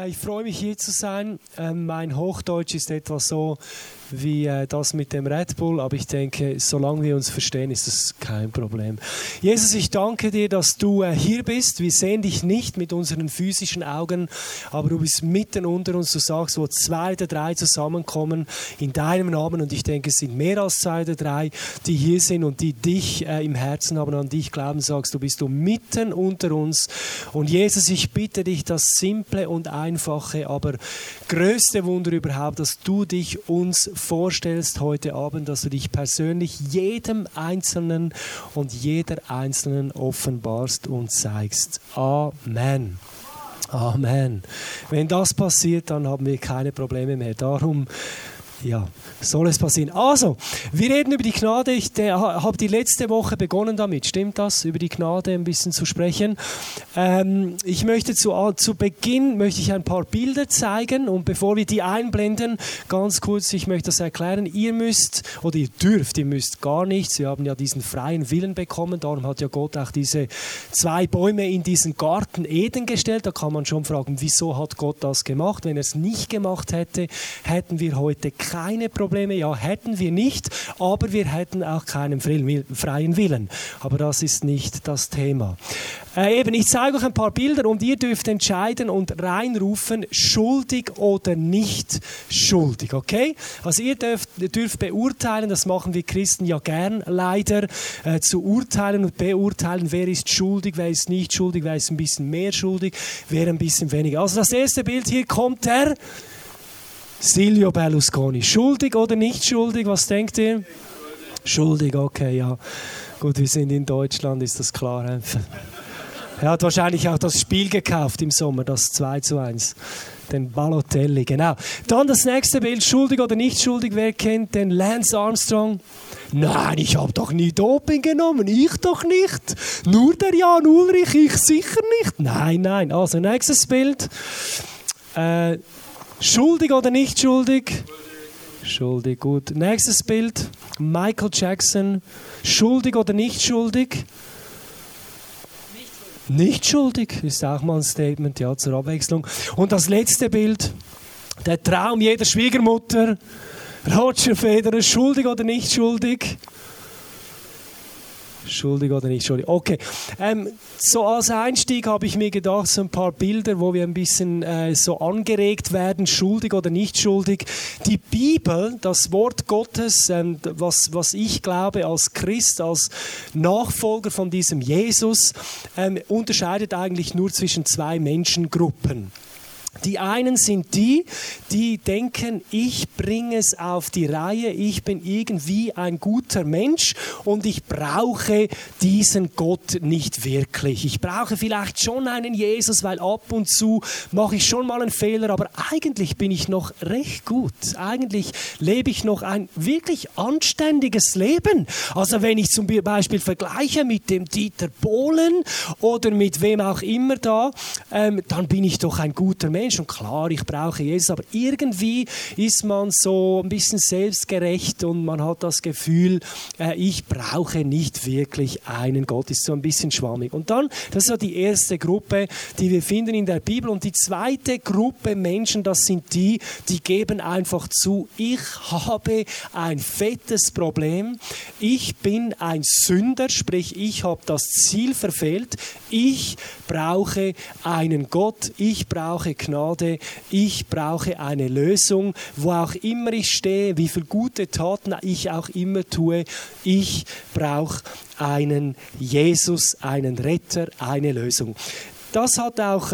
Ich freue mich, hier zu sein. Mein Hochdeutsch ist etwa so wie das mit dem Red Bull, aber ich denke, solange wir uns verstehen, ist das kein Problem. Jesus, ich danke dir, dass du hier bist. Wir sehen dich nicht mit unseren physischen Augen, aber du bist mitten unter uns. Du sagst, wo 2 oder 3 zusammenkommen in deinem Namen, und ich denke, es sind mehr als 2 oder 3, die hier sind und die dich im Herzen haben, an dich glauben. Sagst, du bist mitten unter uns. Und Jesus, ich bitte dich, das simple und einfache, aber größte Wunder überhaupt, dass du dich uns vorstellst heute Abend, dass du dich persönlich jedem Einzelnen und jeder Einzelnen offenbarst und zeigst. Amen. Amen. Wenn das passiert, dann haben wir keine Probleme mehr. Darum, ja, soll es passieren. Also, wir reden über die Gnade. Ich habe die letzte Woche begonnen damit, stimmt das? Über die Gnade ein bisschen zu sprechen. Ich möchte zu Beginn möchte ich ein paar Bilder zeigen, und bevor wir die einblenden, ganz kurz, ich möchte das erklären. Ihr müsst gar nichts. Wir haben ja diesen freien Willen bekommen, darum hat ja Gott auch diese 2 Bäume in diesen Garten Eden gestellt. Da kann man schon fragen, wieso hat Gott das gemacht? Wenn er es nicht gemacht hätte, hätten wir heute keine Probleme. Ja, hätten wir nicht, aber wir hätten auch keinen freien Willen. Aber das ist nicht das Thema. Ich zeige euch ein paar Bilder und ihr dürft entscheiden und reinrufen, schuldig oder nicht schuldig, okay? Also ihr dürft beurteilen, das machen wir Christen ja gern leider, zu urteilen und beurteilen, wer ist schuldig, wer ist nicht schuldig, wer ist ein bisschen mehr schuldig, wer ein bisschen weniger. Also das erste Bild hier kommt der Silvio Berlusconi. Schuldig oder nicht schuldig? Was denkt ihr? Schuldig, okay, ja. Gut, wir sind in Deutschland, ist das klar. Er hat wahrscheinlich auch das Spiel gekauft im Sommer, das 2:1. Den Balotelli, genau. Dann das nächste Bild, schuldig oder nicht schuldig. Wer kennt den Lance Armstrong? Nein, ich habe doch nie Doping genommen, ich doch nicht. Nur der Jan Ulrich, ich sicher nicht. Nein. Also nächstes Bild. Schuldig oder nicht schuldig? Schuldig, gut. Nächstes Bild. Michael Jackson. Schuldig oder nicht schuldig? Nicht schuldig. Ist auch mal ein Statement, ja, zur Abwechslung. Und das letzte Bild. Der Traum jeder Schwiegermutter. Roger Federer. Schuldig oder nicht schuldig? Schuldig oder nicht schuldig? Okay. So als Einstieg habe ich mir gedacht, so ein paar Bilder, wo wir ein bisschen so angeregt werden, schuldig oder nicht schuldig. Die Bibel, das Wort Gottes, was ich glaube als Christ, als Nachfolger von diesem Jesus, unterscheidet eigentlich nur zwischen 2 Menschengruppen. Die einen sind die denken, ich bringe es auf die Reihe, ich bin irgendwie ein guter Mensch und ich brauche diesen Gott nicht wirklich. Ich brauche vielleicht schon einen Jesus, weil ab und zu mache ich schon mal einen Fehler, aber eigentlich bin ich noch recht gut. Eigentlich lebe ich noch ein wirklich anständiges Leben. Also wenn ich zum Beispiel vergleiche mit dem Dieter Bohlen oder mit wem auch immer da, dann bin ich doch ein guter Mensch. Und klar, ich brauche Jesus, aber irgendwie ist man so ein bisschen selbstgerecht und man hat das Gefühl, ich brauche nicht wirklich einen Gott, ist so ein bisschen schwammig. Und dann, das ist so die erste Gruppe, die wir finden in der Bibel, und die zweite Gruppe Menschen, das sind die geben einfach zu, ich habe ein fettes Problem, ich bin ein Sünder, sprich, ich habe das Ziel verfehlt, ich brauche einen Gott, ich brauche Gnade, ich brauche eine Lösung, wo auch immer ich stehe, wie viele gute Taten ich auch immer tue, ich brauche einen Jesus, einen Retter, eine Lösung. Das hat auch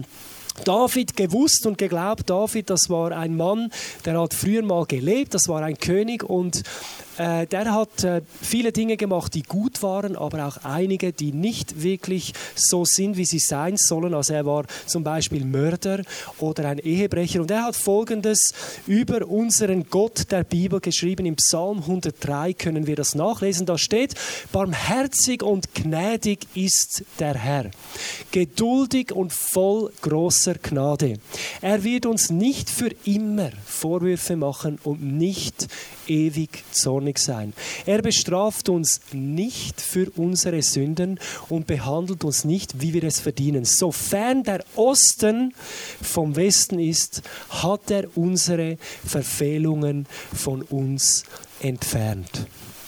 David gewusst und geglaubt. David, das war ein Mann, der hat früher mal gelebt, das war ein König, und der hat viele Dinge gemacht, die gut waren, aber auch einige, die nicht wirklich so sind, wie sie sein sollen. Also er war zum Beispiel Mörder oder ein Ehebrecher. Und er hat Folgendes über unseren Gott der Bibel geschrieben. Im Psalm 103 können wir das nachlesen. Da steht, barmherzig und gnädig ist der Herr, geduldig und voll großer Gnade. Er wird uns nicht für immer Vorwürfe machen und nicht ewig zornig zornig sein. Er bestraft uns nicht für unsere Sünden und behandelt uns nicht, wie wir es verdienen. Sofern der Osten vom Westen ist, hat er unsere Verfehlungen von uns entfernt.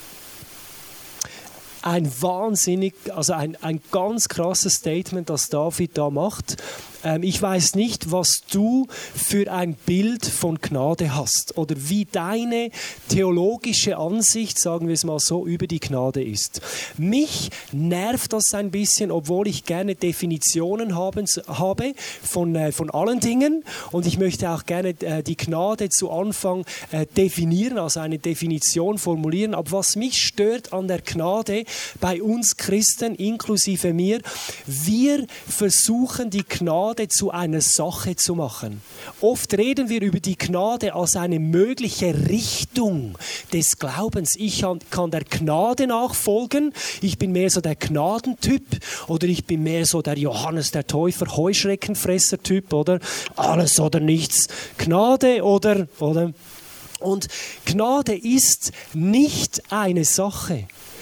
Ein ganz krasses Statement, das David da macht. Ich weiß nicht, was du für ein Bild von Gnade hast oder wie deine theologische Ansicht, sagen wir es mal so, über die Gnade ist. Mich nervt das ein bisschen, obwohl ich gerne Definitionen habe von allen Dingen, und ich möchte auch gerne die Gnade zu Anfang definieren, also eine Definition formulieren. Aber was mich stört an der Gnade bei uns Christen, inklusive mir, wir versuchen die Gnade zu einer Sache zu machen. Oft reden wir über die Gnade als eine mögliche Richtung des Glaubens. Ich kann der Gnade nachfolgen, ich bin mehr so der Gnadentyp, oder ich bin mehr so der Johannes der Täufer, Heuschreckenfresser-Typ, oder alles oder nichts. Gnade oder. Und Gnade ist nicht eine Sache.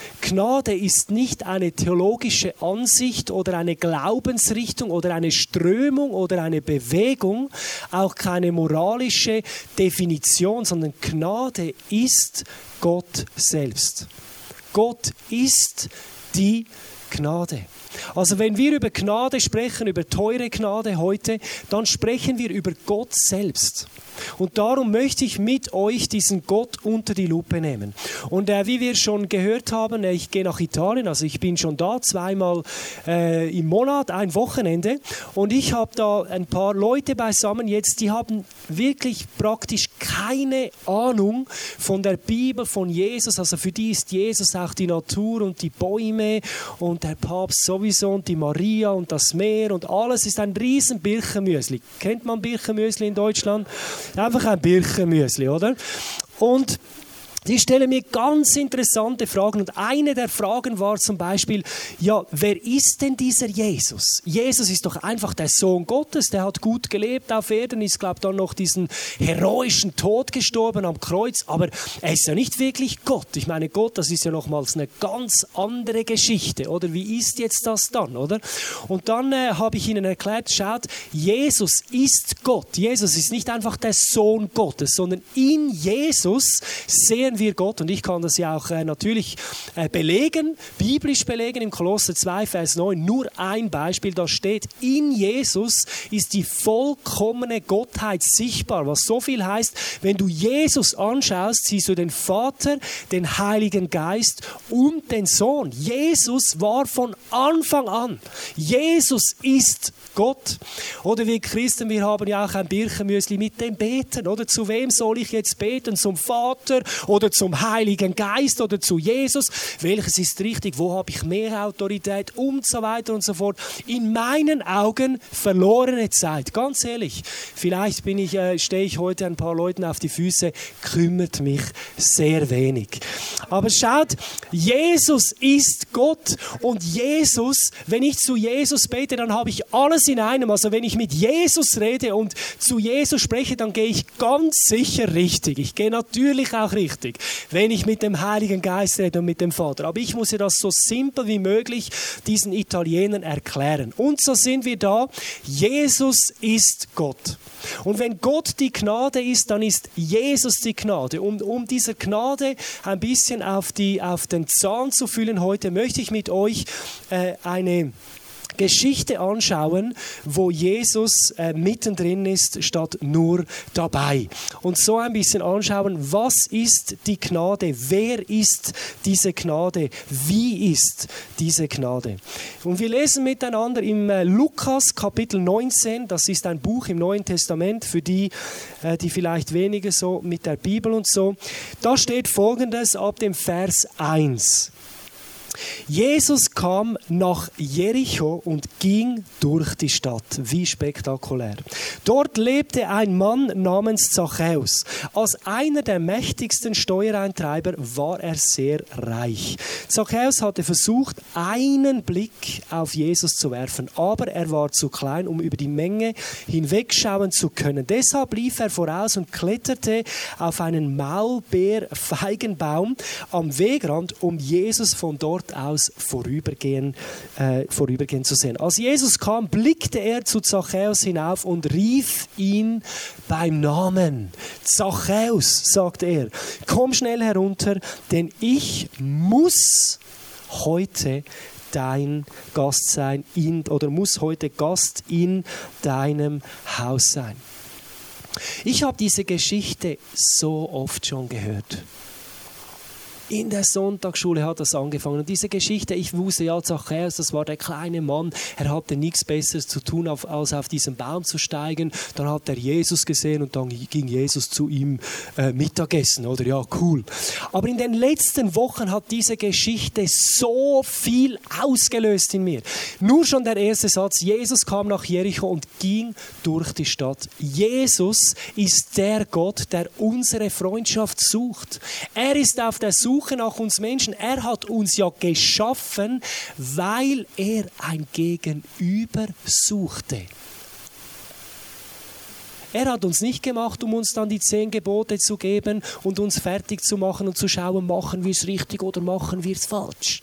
Gnade ist nicht eine theologische Ansicht oder eine Glaubensrichtung oder eine Strömung oder eine Bewegung, auch keine moralische Definition, sondern Gnade ist Gott selbst. Gott ist die Gnade. Also wenn wir über Gnade sprechen, über teure Gnade heute, dann sprechen wir über Gott selbst. Und darum möchte ich mit euch diesen Gott unter die Lupe nehmen. Und wie wir schon gehört haben, ich gehe nach Italien, also ich bin schon da, 2-mal im Monat, ein Wochenende. Und ich habe da ein paar Leute beisammen jetzt, die haben wirklich praktisch keine Ahnung von der Bibel, von Jesus. Also für die ist Jesus auch die Natur und die Bäume und der Papst sowieso und die Maria und das Meer und alles ist ein riesen Birchenmüsli. Kennt man Birchenmüsli in Deutschland? Einfach ein Birchenmüsli, oder? Und die stellen mir ganz interessante Fragen. Und eine der Fragen war zum Beispiel, ja, wer ist denn dieser Jesus? Jesus ist doch einfach der Sohn Gottes, der hat gut gelebt auf Erden, ist, glaube ich, dann noch diesen heroischen Tod gestorben am Kreuz, aber er ist ja nicht wirklich Gott. Ich meine, Gott, das ist ja nochmals eine ganz andere Geschichte, oder? Wie ist jetzt das dann, oder? Und dann habe ich ihnen erklärt, schaut, Jesus ist Gott. Jesus ist nicht einfach der Sohn Gottes, sondern in Jesus sehen wir Gott, und ich kann das ja auch natürlich belegen, biblisch belegen, im Kolosser 2, Vers 9, nur ein Beispiel, da steht, in Jesus ist die vollkommene Gottheit sichtbar, was so viel heißt, wenn du Jesus anschaust, siehst du den Vater, den Heiligen Geist und den Sohn. Jesus war von Anfang an. Jesus ist Gott. Oder wir Christen, wir haben ja auch ein Birchenmüsli mit dem Beten. Oder zu wem soll ich jetzt beten? Zum Vater oder zum Heiligen Geist oder zu Jesus? Welches ist richtig? Wo habe ich mehr Autorität? Und so weiter und so fort. In meinen Augen verlorene Zeit. Ganz ehrlich, vielleicht stehe ich heute ein paar Leuten auf die Füße, kümmert mich sehr wenig. Aber schaut, Jesus ist Gott, und Jesus, wenn ich zu Jesus bete, dann habe ich alles in einem. Also wenn ich mit Jesus rede und zu Jesus spreche, dann gehe ich ganz sicher richtig. Ich gehe natürlich auch richtig, wenn ich mit dem Heiligen Geist rede und mit dem Vater. Aber ich muss ja das so simpel wie möglich diesen Italienern erklären. Und so sind wir da. Jesus ist Gott. Und wenn Gott die Gnade ist, dann ist Jesus die Gnade. Und um dieser Gnade ein bisschen auf den Zahn zu fühlen heute, möchte ich mit euch eine Geschichte anschauen, wo Jesus mittendrin ist, statt nur dabei. Und so ein bisschen anschauen, was ist die Gnade? Wer ist diese Gnade? Wie ist diese Gnade? Und wir lesen miteinander im Lukas Kapitel 19, das ist ein Buch im Neuen Testament, für die vielleicht weniger so mit der Bibel und so. Da steht Folgendes ab dem Vers 1. Jesus kam nach Jericho und ging durch die Stadt. Wie spektakulär. Dort lebte ein Mann namens Zachäus. Als einer der mächtigsten Steuereintreiber war er sehr reich. Zachäus hatte versucht, einen Blick auf Jesus zu werfen, aber er war zu klein, um über die Menge hinwegschauen zu können. Deshalb lief er voraus und kletterte auf einen Maulbeerfeigenbaum am Wegrand, um Jesus von dort aus vorübergehen zu sehen. Als Jesus kam, blickte er zu Zachäus hinauf und rief ihn beim Namen. Zachäus, sagte er, komm schnell herunter, denn ich muss heute dein Gast sein, muss heute Gast in deinem Haus sein. Ich habe diese Geschichte so oft schon gehört. In der Sonntagsschule hat das angefangen. Und diese Geschichte, ich wusste ja, Zachäus, das war der kleine Mann. Er hatte nichts Besseres zu tun, als auf diesen Baum zu steigen. Dann hat er Jesus gesehen und dann ging Jesus zu ihm Mittagessen. Oder ja, cool. Aber in den letzten Wochen hat diese Geschichte so viel ausgelöst in mir. Nur schon der erste Satz. Jesus kam nach Jericho und ging durch die Stadt. Jesus ist der Gott, der unsere Freundschaft sucht. Er ist auf der Suche nach uns Menschen. Er hat uns ja geschaffen, weil er ein Gegenüber suchte. Er hat uns nicht gemacht, um uns dann die 10 Gebote zu geben und uns fertig zu machen und zu schauen, machen wir es richtig oder machen wir es falsch.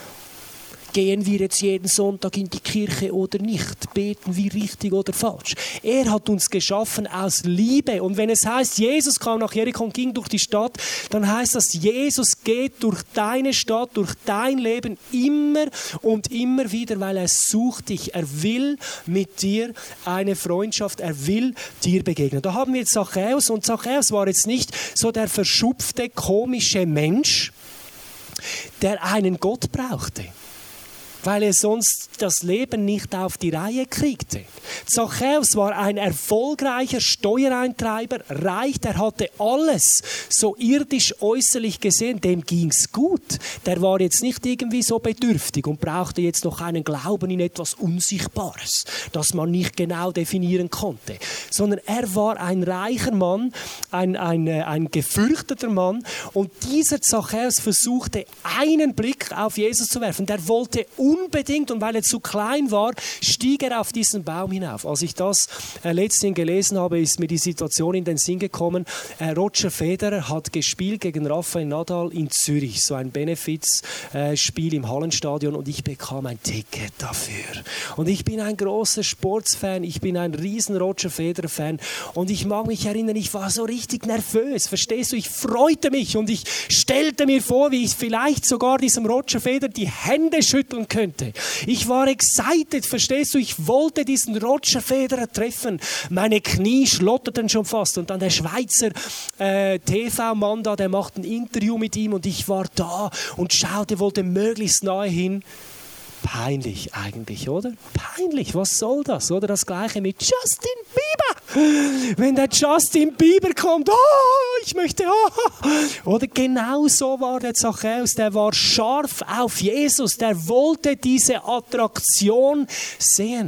Gehen wir jetzt jeden Sonntag in die Kirche oder nicht? Beten wir richtig oder falsch? Er hat uns geschaffen aus Liebe. Und wenn es heißt, Jesus kam nach Jericho und ging durch die Stadt, dann heißt das, Jesus geht durch deine Stadt, durch dein Leben immer und immer wieder, weil er sucht dich. Er will mit dir eine Freundschaft, er will dir begegnen. Da haben wir jetzt Zachäus und Zachäus war jetzt nicht so der verschupfte, komische Mensch, der einen Gott brauchte, weil er sonst das Leben nicht auf die Reihe kriegte. Zachäus war ein erfolgreicher Steuereintreiber, reich, der hatte alles, so irdisch äußerlich gesehen, dem ging's gut. Der war jetzt nicht irgendwie so bedürftig und brauchte jetzt noch einen Glauben in etwas Unsichtbares, das man nicht genau definieren konnte, sondern er war ein reicher Mann, ein gefürchteter Mann, und dieser Zachäus versuchte, einen Blick auf Jesus zu werfen. Der wollte unbedingt, und weil er zu klein war, stieg er auf diesen Baum hinauf. Als ich das letztens gelesen habe, ist mir die Situation in den Sinn gekommen. Roger Federer hat gespielt gegen Rafael Nadal in Zürich, so ein Benefizspiel im Hallenstadion, und ich bekam ein Ticket dafür. Und ich bin ein großer Sportsfan, ich bin ein riesen Roger Federer-Fan, und ich mag mich erinnern, ich war so richtig nervös, verstehst du? Ich freute mich und ich stellte mir vor, wie ich vielleicht sogar diesem Roger Federer die Hände schütteln könnte. Ich war excited, verstehst du? Ich wollte diesen Roger Federer treffen. Meine Knie schlotterten schon fast. Und dann der Schweizer TV-Mann da, der macht ein Interview mit ihm, und ich war da und schaute, wollte möglichst nahe hin. Peinlich eigentlich, oder? Peinlich, was soll das? Oder das Gleiche mit Justin Bieber. Wenn der Justin Bieber kommt, oh, ich möchte, oh. Oder genau so war der Zachäus, der war scharf auf Jesus, der wollte diese Attraktion sehen.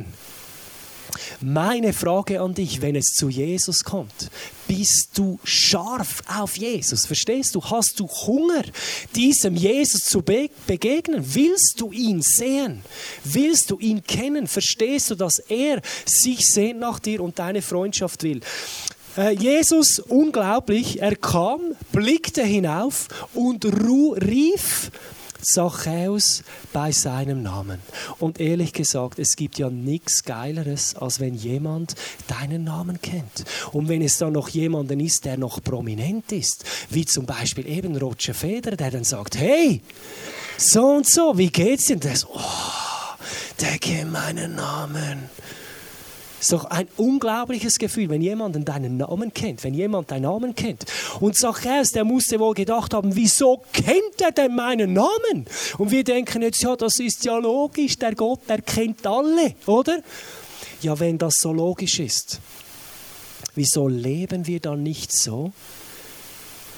Meine Frage an dich, wenn es zu Jesus kommt, bist du scharf auf Jesus? Verstehst du? Hast du Hunger, diesem Jesus zu begegnen? Willst du ihn sehen? Willst du ihn kennen? Verstehst du, dass er sich sehnt nach dir und deine Freundschaft will? Jesus, unglaublich, er kam, blickte hinauf und rief Zachäus bei seinem Namen. Und ehrlich gesagt, es gibt ja nichts Geileres, als wenn jemand deinen Namen kennt. Und wenn es dann noch jemanden ist, der noch prominent ist, wie zum Beispiel eben Roger Federer, der dann sagt, hey, so und so, wie geht's dir? Und der so, oh, der kennt meinen Namen. Es ist doch ein unglaubliches Gefühl, wenn jemand deinen Namen kennt, wenn jemand deinen Namen kennt. Und Zachäus, der musste wohl gedacht haben, wieso kennt er denn meinen Namen? Und wir denken jetzt, ja, das ist ja logisch, der Gott, der kennt alle, oder? Ja, wenn das so logisch ist, wieso leben wir dann nicht so,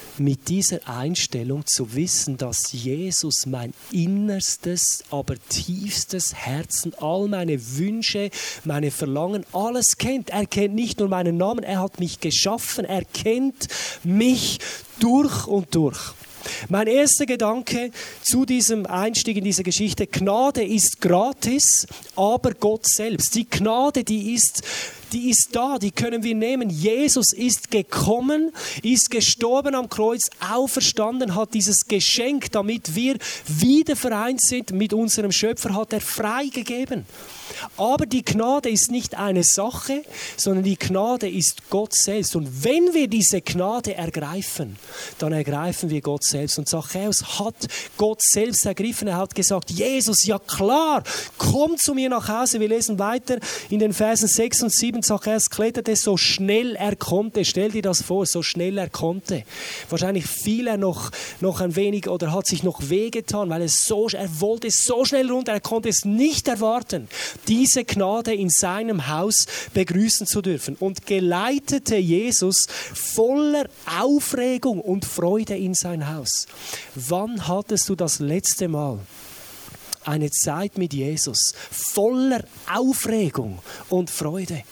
mit dieser Einstellung zu wissen, dass Jesus mein innerstes, aber tiefstes Herzen, all meine Wünsche, meine Verlangen, alles kennt. Er kennt nicht nur meinen Namen, er hat mich geschaffen, er kennt mich durch und durch. Mein erster Gedanke zu diesem Einstieg in diese Geschichte: Gnade ist gratis, aber Gott selbst. Die Gnade, die ist da, die können wir nehmen. Jesus ist gekommen, ist gestorben am Kreuz, auferstanden, hat dieses Geschenk, damit wir wieder vereint sind mit unserem Schöpfer, hat er freigegeben. Aber die Gnade ist nicht eine Sache, sondern die Gnade ist Gott selbst. Und wenn wir diese Gnade ergreifen, dann ergreifen wir Gott selbst. Und Zachäus hat Gott selbst ergriffen. Er hat gesagt: Jesus, ja klar, komm zu mir nach Hause. Wir lesen weiter in den Versen 6 und 7. Zachäus kletterte so schnell er konnte. Stell dir das vor, so schnell er konnte. Wahrscheinlich fiel er noch ein wenig oder hat sich noch wehgetan, weil er wollte so schnell runter, er konnte es nicht erwarten, diese Gnade in seinem Haus begrüßen zu dürfen, und geleitete Jesus voller Aufregung und Freude in sein Haus. Wann hattest du das letzte Mal eine Zeit mit Jesus voller Aufregung und Freude?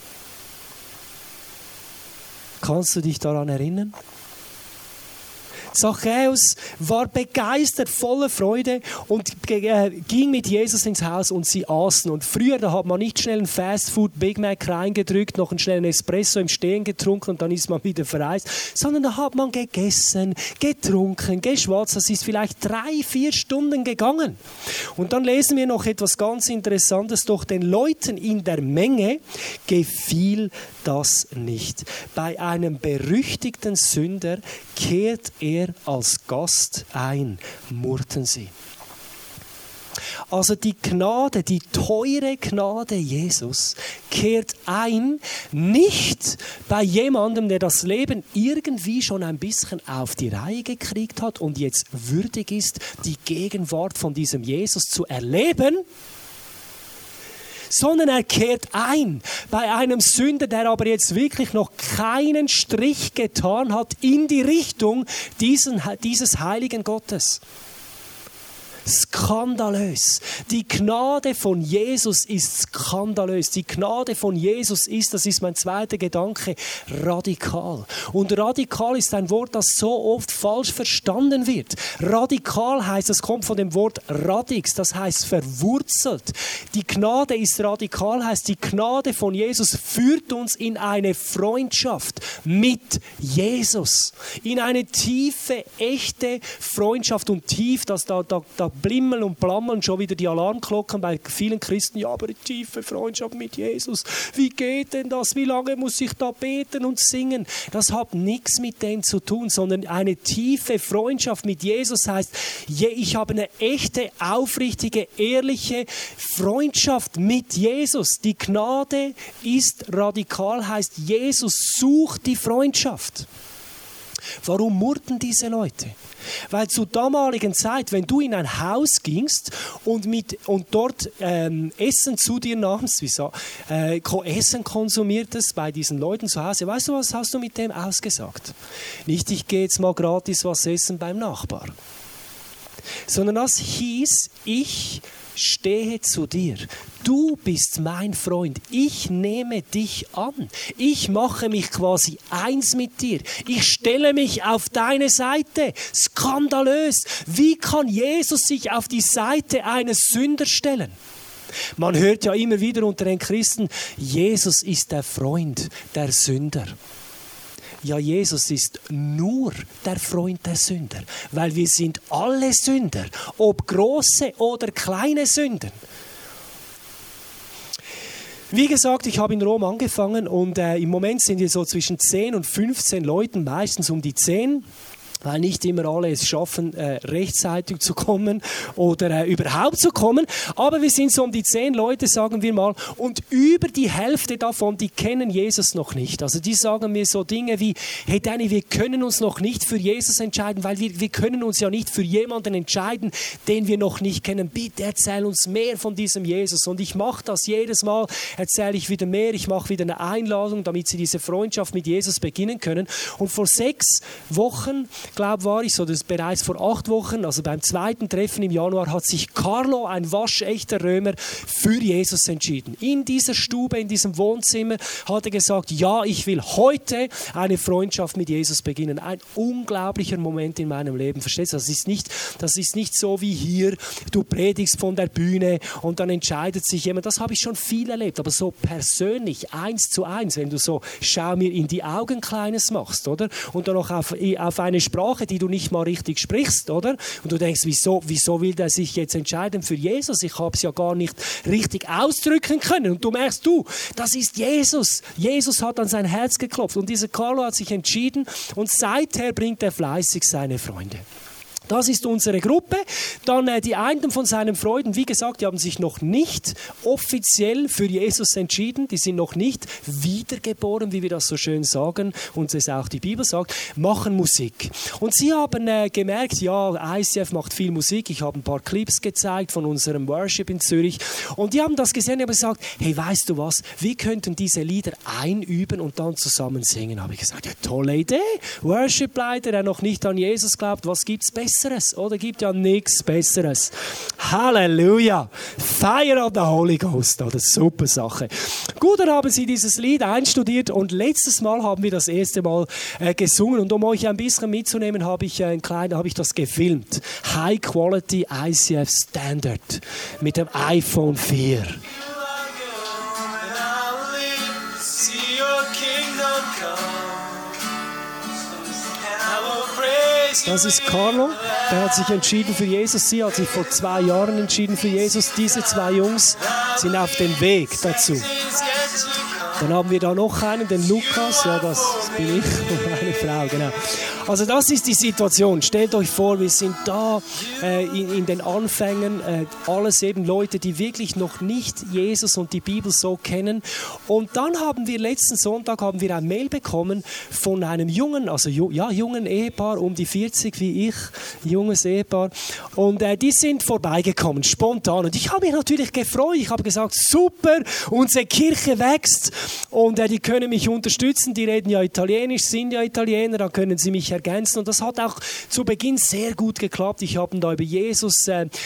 Kannst du dich daran erinnern? Zachäus war begeistert, voller Freude und ging mit Jesus ins Haus und sie aßen. Und früher, da hat man nicht schnell ein Fastfood Big Mac reingedrückt, noch einen schnellen Espresso im Stehen getrunken und dann ist man wieder verreist, sondern da hat man gegessen, getrunken, geschwatzt. Das ist vielleicht 3-4 Stunden gegangen. Und dann lesen wir noch etwas ganz Interessantes: Doch den Leuten in der Menge gefiel das nicht. Bei einem berüchtigten Sünder kehrt er als Gast ein, murrten sie. Also die Gnade, die teure Gnade Jesus kehrt ein, nicht bei jemandem, der das Leben irgendwie schon ein bisschen auf die Reihe gekriegt hat und jetzt würdig ist, die Gegenwart von diesem Jesus zu erleben, sondern er kehrt ein bei einem Sünder, der aber jetzt wirklich noch keinen Strich getan hat in die Richtung dieses heiligen Gottes. Skandalös. Die Gnade von Jesus ist skandalös. Die Gnade von Jesus ist, das ist mein zweiter Gedanke, radikal. Und radikal ist ein Wort, das so oft falsch verstanden wird. Radikal heißt, das kommt von dem Wort radix, das heißt verwurzelt. Die Gnade ist radikal, heißt, die Gnade von Jesus führt uns in eine Freundschaft mit Jesus. In eine tiefe, echte Freundschaft. Und tief, dass da blimmeln und blammeln schon wieder die Alarmglocken bei vielen Christen. Ja, aber eine tiefe Freundschaft mit Jesus. Wie geht denn das? Wie lange muss ich da beten und singen? Das hat nichts mit dem zu tun, sondern eine tiefe Freundschaft mit Jesus heißt, ich habe eine echte, aufrichtige, ehrliche Freundschaft mit Jesus. Die Gnade ist radikal, heißt, Jesus sucht die Freundschaft. Warum murrten diese Leute? Weil zur damaligen Zeit, wenn du in ein Haus gingst und dort Essen zu dir nahmst, Essen konsumiertest bei diesen Leuten zu Hause, weißt du, was hast du mit dem ausgesagt? Nicht, ich gehe jetzt mal gratis was essen beim Nachbar. Sondern das hieß, ich stehe zu dir. Du bist mein Freund. Ich nehme dich an. Ich mache mich quasi eins mit dir. Ich stelle mich auf deine Seite. Skandalös. Wie kann Jesus sich auf die Seite eines Sünders stellen? Man hört ja immer wieder unter den Christen, Jesus ist der Freund der Sünder. Ja, Jesus ist nur der Freund der Sünder, weil wir sind alle Sünder, ob große oder kleine Sünden. Wie gesagt, ich habe in Rom angefangen und im Moment sind wir so zwischen 10 und 15 Leuten, meistens um die 10. Weil nicht immer alle es schaffen, rechtzeitig zu kommen oder überhaupt zu kommen. Aber wir sind so um die 10 Leute, sagen wir mal. Und über die Hälfte davon, die kennen Jesus noch nicht. Also die sagen mir so Dinge wie, hey Danny, wir können uns noch nicht für Jesus entscheiden, weil wir können uns ja nicht für jemanden entscheiden, den wir noch nicht kennen. Bitte erzähl uns mehr von diesem Jesus. Und ich mache das jedes Mal, erzähle ich wieder mehr. Ich mache wieder eine Einladung, damit sie diese Freundschaft mit Jesus beginnen können. Und vor 6 Wochen glaube war ich so, das bereits vor 8 Wochen, also beim zweiten Treffen im Januar, hat sich Carlo, ein waschechter Römer, für Jesus entschieden. In dieser Stube, in diesem Wohnzimmer hat er gesagt, ja, ich will heute eine Freundschaft mit Jesus beginnen. Ein unglaublicher Moment in meinem Leben. Verstehst du? Das ist nicht so wie hier, du predigst von der Bühne und dann entscheidet sich jemand. Das habe ich schon viel erlebt, aber so persönlich, 1:1, wenn du so schau mir in die Augen Kleines machst, oder? Und dann noch auf eine Sprache, die du nicht mal richtig sprichst, oder? Und du denkst, wieso will der sich jetzt entscheiden für Jesus? Ich habe es ja gar nicht richtig ausdrücken können. Und du merkst, das ist Jesus. Jesus hat an sein Herz geklopft. Und dieser Carlo hat sich entschieden und seither bringt er fleißig seine Freunde. Das ist unsere Gruppe. Dann die einen von seinen Freunden, wie gesagt, die haben sich noch nicht offiziell für Jesus entschieden. Die sind noch nicht wiedergeboren, wie wir das so schön sagen und es auch die Bibel sagt, machen Musik. Und sie haben gemerkt, ja, ICF macht viel Musik. Ich habe ein paar Clips gezeigt von unserem Worship in Zürich. Und die haben das gesehen und haben gesagt, hey, weißt du was, wir könnten diese Lieder einüben und dann zusammen singen. Habe ich gesagt, ja, tolle Idee. Worship-Leiter, der noch nicht an Jesus glaubt, was gibt's Besseres? Oder gibt ja nichts Besseres. Halleluja! Fire of the Holy Ghost, oder? Super Sache. Gut, dann haben sie dieses Lied einstudiert und letztes Mal haben wir das erste Mal gesungen und um euch ein bisschen mitzunehmen, habe ich das gefilmt. High Quality ICF Standard mit dem iPhone 4. Das ist Carlo, der hat sich entschieden für Jesus. Sie hat sich vor 2 Jahren entschieden für Jesus. Diese 2 Jungs sind auf dem Weg dazu. Dann haben wir da noch einen, den Lukas. Ja, das bin ich und meine Frau, genau. Also das ist die Situation. Stellt euch vor, wir sind da in den Anfängen, alles eben Leute, die wirklich noch nicht Jesus und die Bibel so kennen. Und dann haben wir letzten Sonntag ein Mail bekommen von einem jungen Ehepaar, um die 40 wie ich, junges Ehepaar. Und die sind vorbeigekommen, spontan. Und ich habe mich natürlich gefreut. Ich habe gesagt, super, unsere Kirche wächst und die können mich unterstützen. Die reden ja Italienisch, sind ja Italiener, dann können sie mich ergänzen. Und das hat auch zu Beginn sehr gut geklappt. Ich habe da über Jesus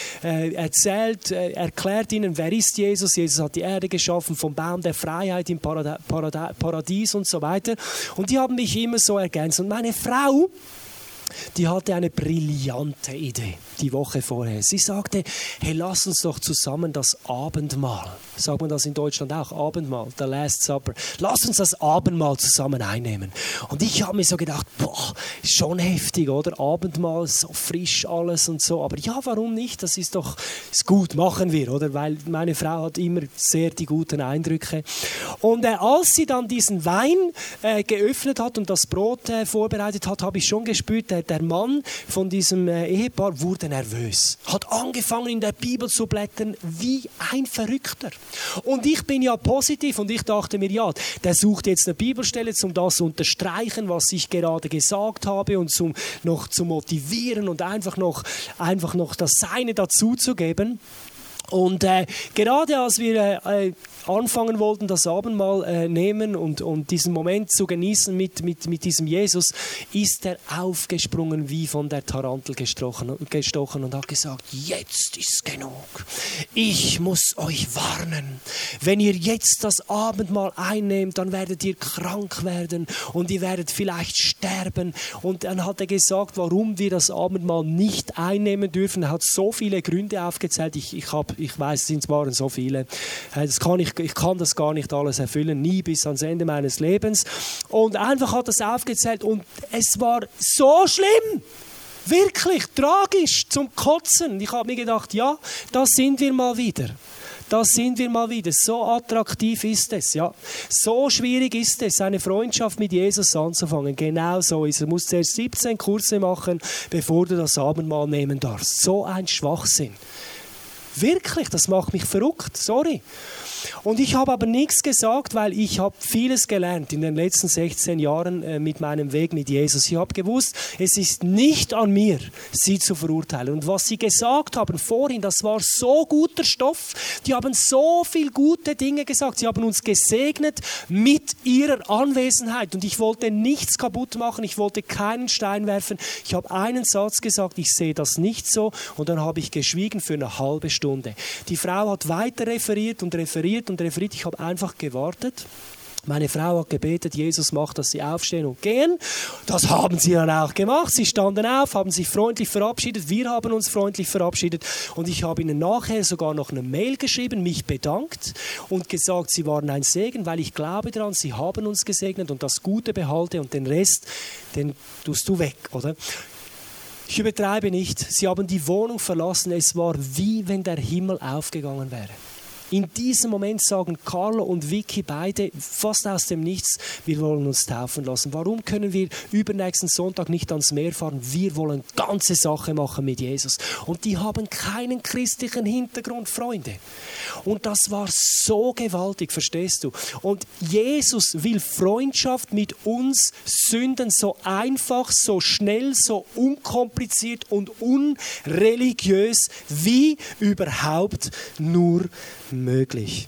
erzählt, erklärt ihnen, wer ist Jesus? Jesus hat die Erde geschaffen, vom Baum der Freiheit im Paradies und so weiter. Und die haben mich immer so ergänzt. Und meine Frau, die hatte eine brillante Idee die Woche vorher. Sie sagte, hey, lass uns doch zusammen das Abendmahl, sagt man das in Deutschland auch, Abendmahl, the Last Supper, lass uns das Abendmahl zusammen einnehmen. Und ich habe mir so gedacht, boah, schon heftig, oder? Abendmahl, so frisch alles und so, aber ja, warum nicht? Das ist gut, machen wir, oder? Weil meine Frau hat immer sehr die guten Eindrücke. Und als sie dann diesen Wein geöffnet hat und das Brot vorbereitet hat, habe ich schon gespürt, der Mann von diesem Ehepaar wurde nervös. Hat angefangen in der Bibel zu blättern wie ein Verrückter. Und ich bin ja positiv und ich dachte mir, ja, der sucht jetzt eine Bibelstelle, um das zu unterstreichen, was ich gerade gesagt habe und noch zu motivieren und einfach noch das Seine dazuzugeben. Und gerade als wir anfangen wollten, das Abendmahl nehmen und diesen Moment zu genießen mit diesem Jesus, ist er aufgesprungen wie von der Tarantel gestochen und hat gesagt, jetzt ist genug. Ich muss euch warnen. Wenn ihr jetzt das Abendmahl einnehmt, dann werdet ihr krank werden und ihr werdet vielleicht sterben. Und dann hat er gesagt, warum wir das Abendmahl nicht einnehmen dürfen. Er hat so viele Gründe aufgezählt. Ich weiß, es waren so viele. Ich kann das gar nicht alles erfüllen, nie bis ans Ende meines Lebens. Und einfach hat es aufgezählt und es war so schlimm. Wirklich tragisch zum Kotzen. Ich habe mir gedacht, ja, da sind wir mal wieder. So attraktiv ist es, ja. So schwierig ist es, eine Freundschaft mit Jesus anzufangen. Genau so ist es. Du musst zuerst 17 Kurse machen, bevor du das Abendmahl nehmen darfst. So ein Schwachsinn. Wirklich, das macht mich verrückt, sorry. Und ich habe aber nichts gesagt, weil ich habe vieles gelernt in den letzten 16 Jahren mit meinem Weg mit Jesus. Ich habe gewusst, es ist nicht an mir, sie zu verurteilen. Und was sie gesagt haben vorhin, das war so guter Stoff. Die haben so viel gute Dinge gesagt. Sie haben uns gesegnet mit ihrer Anwesenheit. Und ich wollte nichts kaputt machen. Ich wollte keinen Stein werfen. Ich habe einen Satz gesagt, ich sehe das nicht so. Und dann habe ich geschwiegen für eine halbe Stunde. Die Frau hat weiter referiert und referiert und referiert. Ich habe einfach gewartet. Meine Frau hat gebetet, Jesus macht, dass sie aufstehen und gehen. Das haben sie dann auch gemacht. Sie standen auf, haben sich freundlich verabschiedet. Wir haben uns freundlich verabschiedet. Und ich habe ihnen nachher sogar noch eine Mail geschrieben, mich bedankt und gesagt, sie waren ein Segen, weil ich glaube daran, sie haben uns gesegnet und das Gute behalte und den Rest, den tust du weg, oder? Ich übertreibe nicht. Sie haben die Wohnung verlassen. Es war wie wenn der Himmel aufgegangen wäre. In diesem Moment sagen Carlo und Vicky beide fast aus dem Nichts, wir wollen uns taufen lassen. Warum können wir übernächsten Sonntag nicht ans Meer fahren? Wir wollen ganze Sache machen mit Jesus. Und die haben keinen christlichen Hintergrund, Freunde. Und das war so gewaltig, verstehst du? Und Jesus will Freundschaft mit uns Sünden so einfach, so schnell, so unkompliziert und unreligiös wie überhaupt nur möglich.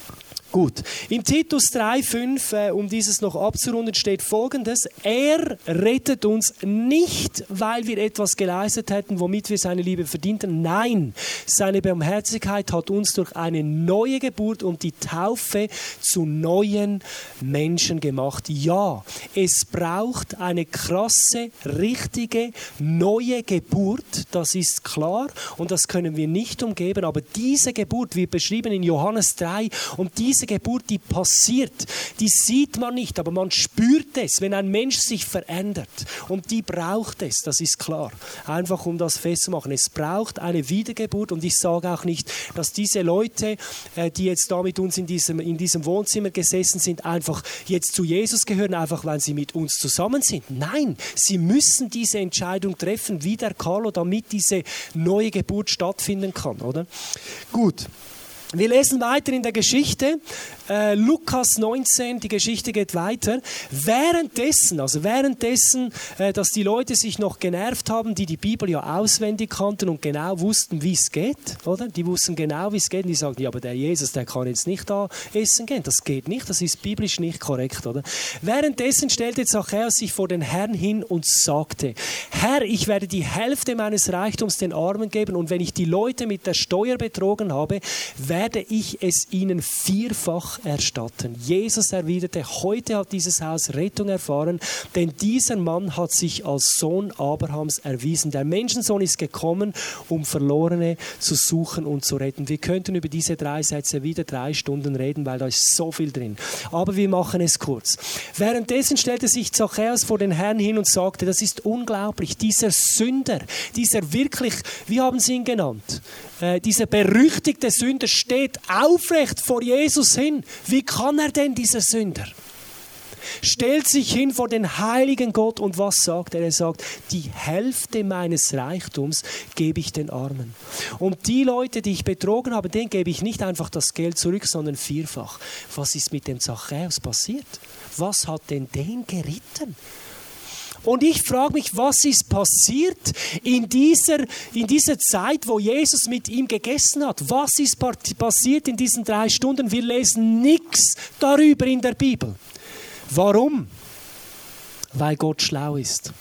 Gut, im Titus 3,5, um dieses noch abzurunden, steht Folgendes: Er rettet uns nicht, weil wir etwas geleistet hätten, womit wir seine Liebe verdienten. Nein, seine Barmherzigkeit hat uns durch eine neue Geburt und die Taufe zu neuen Menschen gemacht. Ja, es braucht eine krasse, richtige, neue Geburt, das ist klar und das können wir nicht umgeben, aber diese Geburt wird beschrieben in Johannes 3 und diese Geburt, die passiert, die sieht man nicht, aber man spürt es, wenn ein Mensch sich verändert. Und die braucht es, das ist klar. Einfach um das festzumachen. Es braucht eine Wiedergeburt und ich sage auch nicht, dass diese Leute, die jetzt da mit uns in diesem Wohnzimmer gesessen sind, einfach jetzt zu Jesus gehören, einfach weil sie mit uns zusammen sind. Nein, sie müssen diese Entscheidung treffen, wie der Carlo, damit diese neue Geburt stattfinden kann, oder? Gut. Wir lesen weiter in der Geschichte, Lukas 19, die Geschichte geht weiter. Währenddessen, dass die Leute sich noch genervt haben, die Bibel ja auswendig kannten und genau wussten, wie es geht, oder? Die wussten genau, wie es geht und die sagten, ja, aber der Jesus, der kann jetzt nicht da essen gehen, das geht nicht, das ist biblisch nicht korrekt, oder? Währenddessen stellte Zachäus sich vor den Herrn hin und sagte, Herr, ich werde die Hälfte meines Reichtums den Armen geben und wenn ich die Leute mit der Steuer betrogen habe, werde ich es ihnen vierfach erstatten. Jesus erwiderte, heute hat dieses Haus Rettung erfahren, denn dieser Mann hat sich als Sohn Abrahams erwiesen. Der Menschensohn ist gekommen, um Verlorene zu suchen und zu retten. Wir könnten über diese 3 Sätze wieder 3 Stunden reden, weil da ist so viel drin. Aber wir machen es kurz. Währenddessen stellte sich Zachäus vor den Herrn hin und sagte, das ist unglaublich, dieser Sünder, dieser wirklich, wie haben sie ihn genannt? Dieser berüchtigte Sünder steht aufrecht vor Jesus hin. Wie kann er denn, dieser Sünder? Stellt sich hin vor den heiligen Gott und was sagt er? Er sagt, die Hälfte meines Reichtums gebe ich den Armen. Und die Leute, die ich betrogen habe, denen gebe ich nicht einfach das Geld zurück, sondern vierfach. Was ist mit dem Zachäus passiert? Was hat denn den geritten? Und ich frage mich, was ist passiert in dieser Zeit, wo Jesus mit ihm gegessen hat? Was ist passiert in diesen 3 Stunden? Wir lesen nichts darüber in der Bibel. Warum? Weil Gott schlau ist.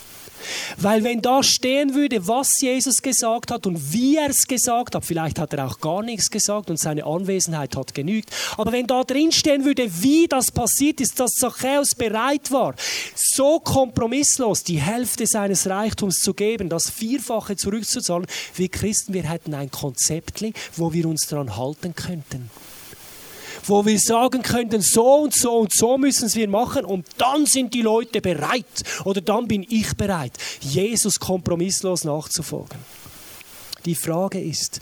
Weil wenn da stehen würde, was Jesus gesagt hat und wie er es gesagt hat, vielleicht hat er auch gar nichts gesagt und seine Anwesenheit hat genügt, aber wenn da drin stehen würde, wie das passiert ist, dass Zachäus bereit war, so kompromisslos die Hälfte seines Reichtums zu geben, das Vierfache zurückzuzahlen, wir Christen, wir hätten ein Konzept, wo wir uns daran halten könnten. Wo wir sagen könnten, so und so und so müssen wir machen und dann sind die Leute bereit oder dann bin ich bereit, Jesus kompromisslos nachzufolgen. Die Frage ist,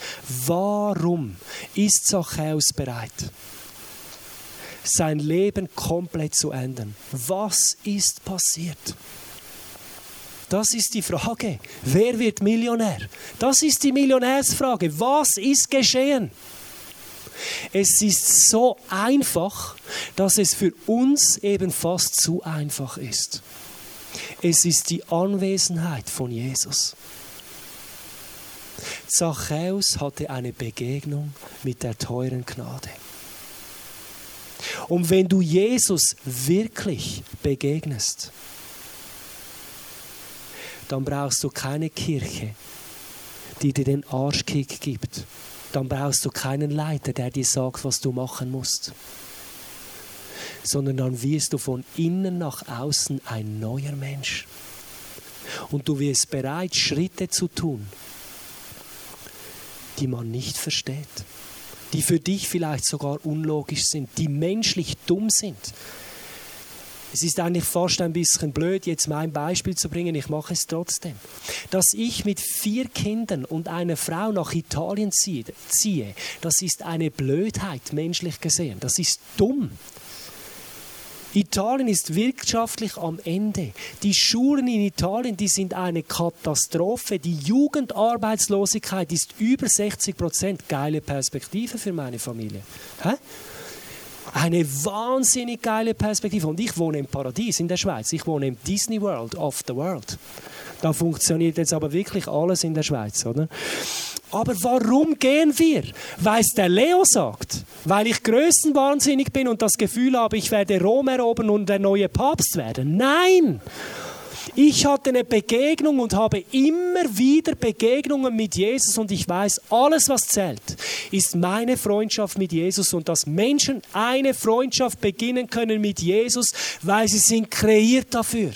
warum ist Zachäus bereit, sein Leben komplett zu ändern? Was ist passiert? Das ist die Frage. Wer wird Millionär? Das ist die Millionärsfrage. Was ist geschehen? Es ist so einfach, dass es für uns eben fast zu einfach ist. Es ist die Anwesenheit von Jesus. Zachäus hatte eine Begegnung mit der teuren Gnade. Und wenn du Jesus wirklich begegnest, dann brauchst du keine Kirche, die dir den Arschkick gibt. Dann brauchst du keinen Leiter, der dir sagt, was du machen musst. Sondern dann wirst du von innen nach außen ein neuer Mensch. Und du wirst bereit, Schritte zu tun, die man nicht versteht, die für dich vielleicht sogar unlogisch sind, die menschlich dumm sind. Es ist eigentlich fast ein bisschen blöd, jetzt mein Beispiel zu bringen, ich mache es trotzdem. Dass ich mit 4 Kindern und einer Frau nach Italien ziehe, das ist eine Blödheit, menschlich gesehen. Das ist dumm. Italien ist wirtschaftlich am Ende. Die Schulen in Italien, die sind eine Katastrophe. Die Jugendarbeitslosigkeit ist über 60%. Geile Perspektive für meine Familie. Hä? Eine wahnsinnig geile Perspektive. Und ich wohne im Paradies in der Schweiz. Ich wohne im Disney World of the World. Da funktioniert jetzt aber wirklich alles in der Schweiz, oder? Aber warum gehen wir? Weil es der Leo sagt. Weil ich größenwahnsinnig bin und das Gefühl habe, ich werde Rom erobern und der neue Papst werden. Nein! Ich hatte eine Begegnung und habe immer wieder Begegnungen mit Jesus und ich weiß, alles was zählt, ist meine Freundschaft mit Jesus und dass Menschen eine Freundschaft beginnen können mit Jesus, weil sie sind kreiert dafür.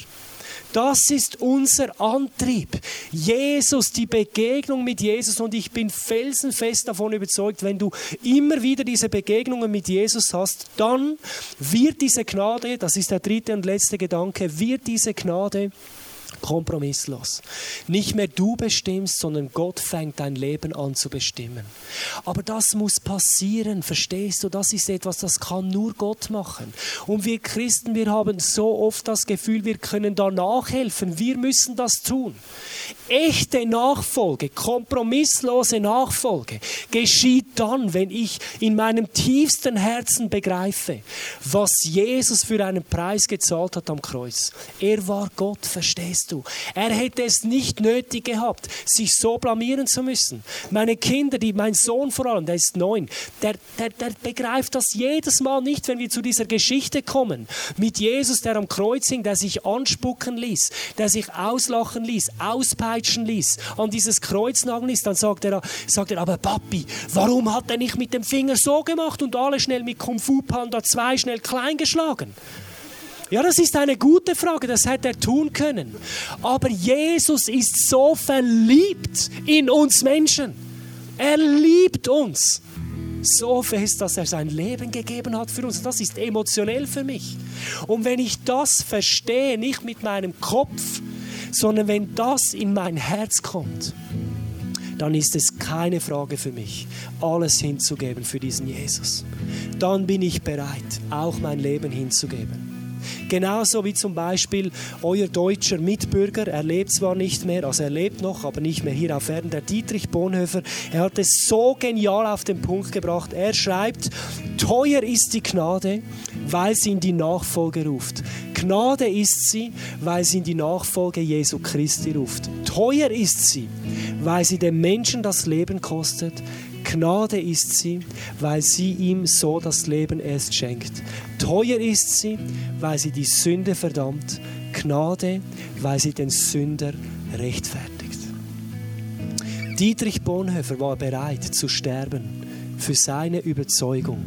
Das ist unser Antrieb. Jesus, die Begegnung mit Jesus. Und ich bin felsenfest davon überzeugt, wenn du immer wieder diese Begegnungen mit Jesus hast, dann wird diese Gnade, das ist der 3. und letzte Gedanke, wird diese Gnade kompromisslos. Nicht mehr du bestimmst, sondern Gott fängt dein Leben an zu bestimmen. Aber das muss passieren, verstehst du? Das ist etwas, das kann nur Gott machen. Und wir Christen, wir haben so oft das Gefühl, wir können da nachhelfen. Wir müssen das tun. Echte Nachfolge, kompromisslose Nachfolge geschieht dann, wenn ich in meinem tiefsten Herzen begreife, was Jesus für einen Preis gezahlt hat am Kreuz. Er war Gott, verstehst du? Er hätte es nicht nötig gehabt, sich so blamieren zu müssen. Meine Kinder, mein Sohn vor allem, der ist 9, der begreift das jedes Mal nicht, wenn wir zu dieser Geschichte kommen. Mit Jesus, der am Kreuz hing, der sich anspucken ließ, der sich auslachen ließ, auspeitschen ließ, an dieses Kreuz nageln ließ, dann sagt er, aber Papi, warum hat er nicht mit dem Finger so gemacht und alle schnell mit Kung Fu Panda 2 schnell klein geschlagen? Ja, das ist eine gute Frage, das hätte er tun können. Aber Jesus ist so verliebt in uns Menschen. Er liebt uns so fest, dass er sein Leben gegeben hat für uns. Das ist emotionell für mich. Und wenn ich das verstehe, nicht mit meinem Kopf, sondern wenn das in mein Herz kommt, dann ist es keine Frage für mich, alles hinzugeben für diesen Jesus. Dann bin ich bereit, auch mein Leben hinzugeben. Genauso wie zum Beispiel euer deutscher Mitbürger, er lebt zwar nicht mehr, also er lebt noch, aber nicht mehr hier auf Erden, der Dietrich Bonhoeffer, er hat es so genial auf den Punkt gebracht. Er schreibt, teuer ist die Gnade, weil sie in die Nachfolge ruft. Gnade ist sie, weil sie in die Nachfolge Jesu Christi ruft. Teuer ist sie, weil sie dem Menschen das Leben kostet. Gnade ist sie, weil sie ihm so das Leben erst schenkt. Teuer ist sie, weil sie die Sünde verdammt. Gnade, weil sie den Sünder rechtfertigt. Dietrich Bonhoeffer war bereit zu sterben für seine Überzeugung,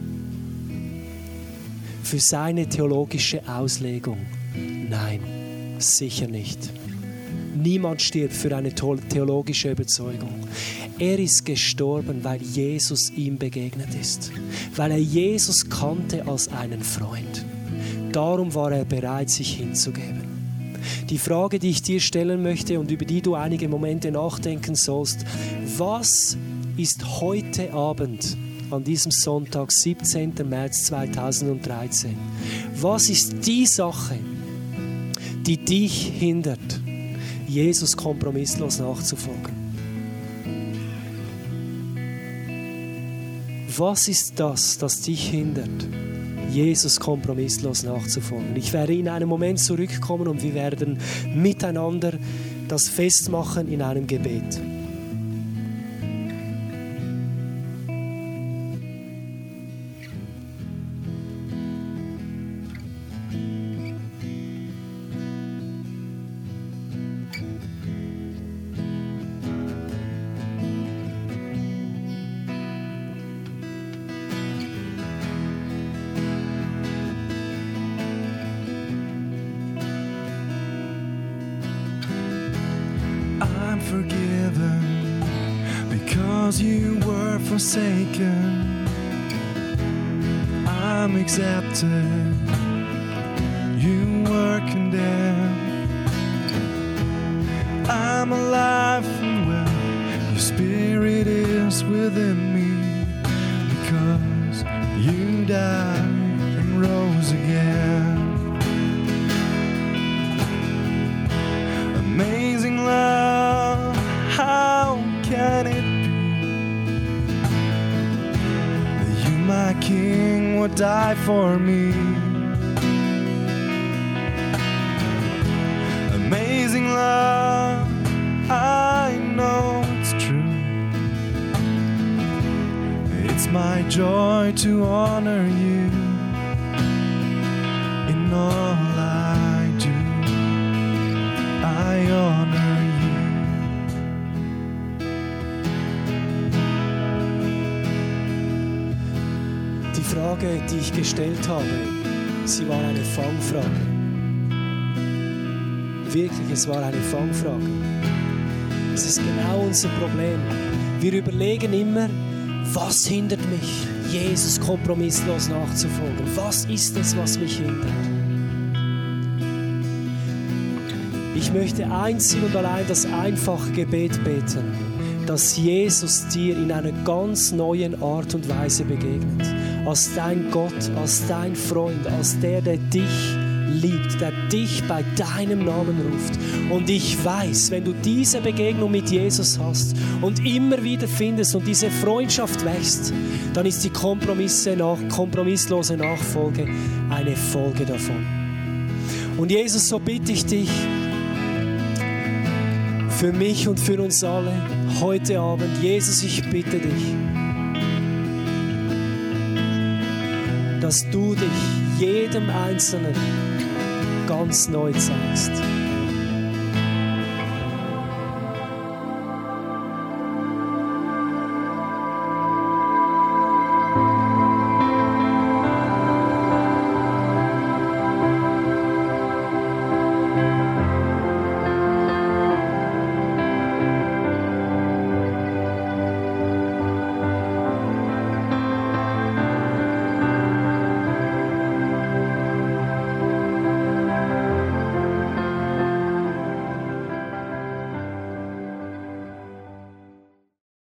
für seine theologische Auslegung. Nein, sicher nicht. Niemand stirbt für eine theologische Überzeugung. Er ist gestorben, weil Jesus ihm begegnet ist. Weil er Jesus kannte als einen Freund. Darum war er bereit, sich hinzugeben. Die Frage, die ich dir stellen möchte und über die du einige Momente nachdenken sollst: Was ist heute Abend, an diesem Sonntag, 17. März 2013, was ist die Sache, die dich hindert, Jesus kompromisslos nachzufolgen? Was ist das, das dich hindert, Jesus kompromisslos nachzufolgen? Ich werde in einem Moment zurückkommen und wir werden miteinander das festmachen in einem Gebet. Forgiven because you were forsaken. I'm accepted, you were condemned. I'm alive and well, your spirit is within me because you died and rose again. Amazing love, how can it be that you, my King, would die for me? Amazing love, I know it's true. It's my joy to honor you in all I do. I honor you. Die Frage, die ich gestellt habe, sie war eine Fangfrage. Wirklich, es war eine Fangfrage. Es ist genau unser Problem. Wir überlegen immer, was hindert mich, Jesus kompromisslos nachzufolgen? Was ist es, was mich hindert? Ich möchte einzig und allein das einfache Gebet beten, dass Jesus dir in einer ganz neuen Art und Weise begegnet. Als dein Gott, als dein Freund, als der dich liebt, der dich bei deinem Namen ruft. Und ich weiß, wenn du diese Begegnung mit Jesus hast und immer wieder findest und diese Freundschaft wächst, dann ist die kompromisslose Nachfolge eine Folge davon. Und Jesus, so bitte ich dich, für mich und für uns alle heute Abend, Jesus, ich bitte dich, dass du dich jedem Einzelnen ganz neu zeigst.